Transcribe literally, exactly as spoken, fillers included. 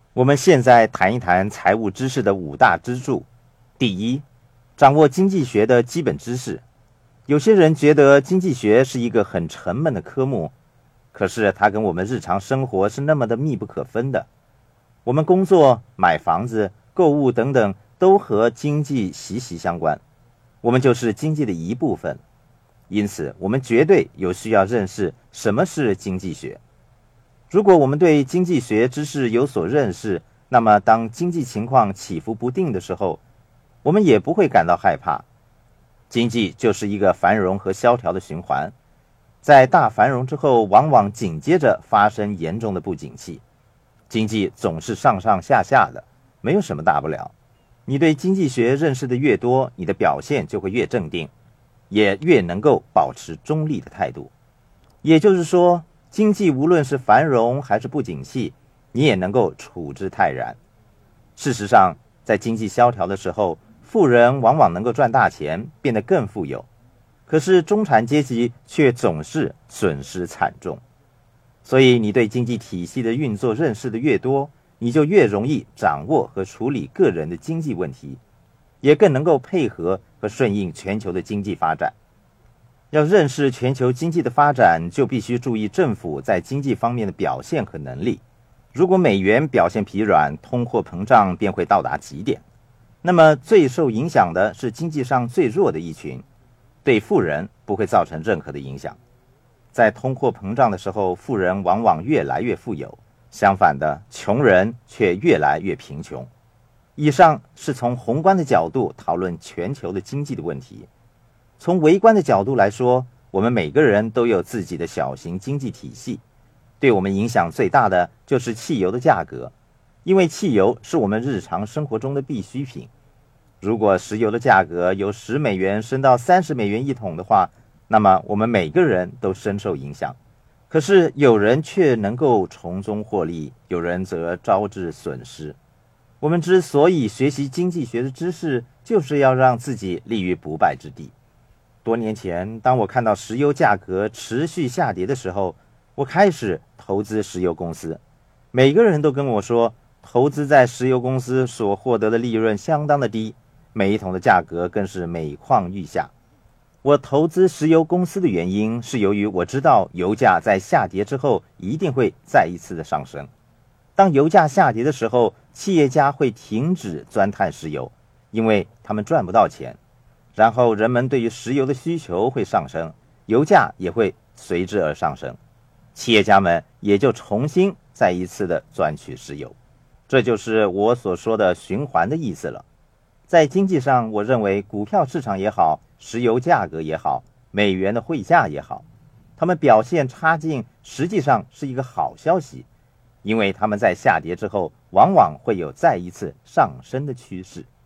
我们现在谈一谈财务知识的五大支柱。第一，掌握经济学的基本知识。有些人觉得经济学是一个很沉闷的科目，可是它跟我们日常生活是那么的密不可分的。我们工作、买房子、购物等等都和经济息息相关，我们就是经济的一部分。因此，我们绝对有需要认识什么是经济学。如果我们对经济学知识有所认识，那么当经济情况起伏不定的时候，我们也不会感到害怕。经济就是一个繁荣和萧条的循环，在大繁荣之后，往往紧接着发生严重的不景气。经济总是上上下下的，没有什么大不了。你对经济学认识的越多，你的表现就会越镇定，也越能够保持中立的态度。也就是说，经济无论是繁荣还是不景气，你也能够处之泰然。事实上，在经济萧条的时候，富人往往能够赚大钱，变得更富有，可是中产阶级却总是损失惨重。所以你对经济体系的运作认识的越多，你就越容易掌握和处理个人的经济问题，也更能够配合和顺应全球的经济发展。要认识全球经济的发展，就必须注意政府在经济方面的表现和能力。如果美元表现疲软，通货膨胀便会到达极点。那么最受影响的是经济上最弱的一群，对富人不会造成任何的影响。在通货膨胀的时候，富人往往越来越富有，相反的，穷人却越来越贫穷。以上是从宏观的角度讨论全球的经济的问题。从微观的角度来说，我们每个人都有自己的小型经济体系。对我们影响最大的就是汽油的价格，因为汽油是我们日常生活中的必需品。如果石油的价格由十美元升到三十美元一桶的话，那么我们每个人都深受影响。可是有人却能够从中获利，有人则招致损失。我们之所以学习经济学的知识，就是要让自己立于不败之地。多年前，当我看到石油价格持续下跌的时候，我开始投资石油公司。每个人都跟我说，投资在石油公司所获得的利润相当的低，每一桶的价格更是每况愈下。我投资石油公司的原因是由于我知道油价在下跌之后一定会再一次的上升。当油价下跌的时候，企业家会停止钻探石油，因为他们赚不到钱。然后人们对于石油的需求会上升，油价也会随之而上升，企业家们也就重新再一次的钻取石油。这就是我所说的循环的意思了。在经济上，我认为股票市场也好，石油价格也好，美元的汇价也好，它们表现差劲实际上是一个好消息，因为它们在下跌之后往往会有再一次上升的趋势。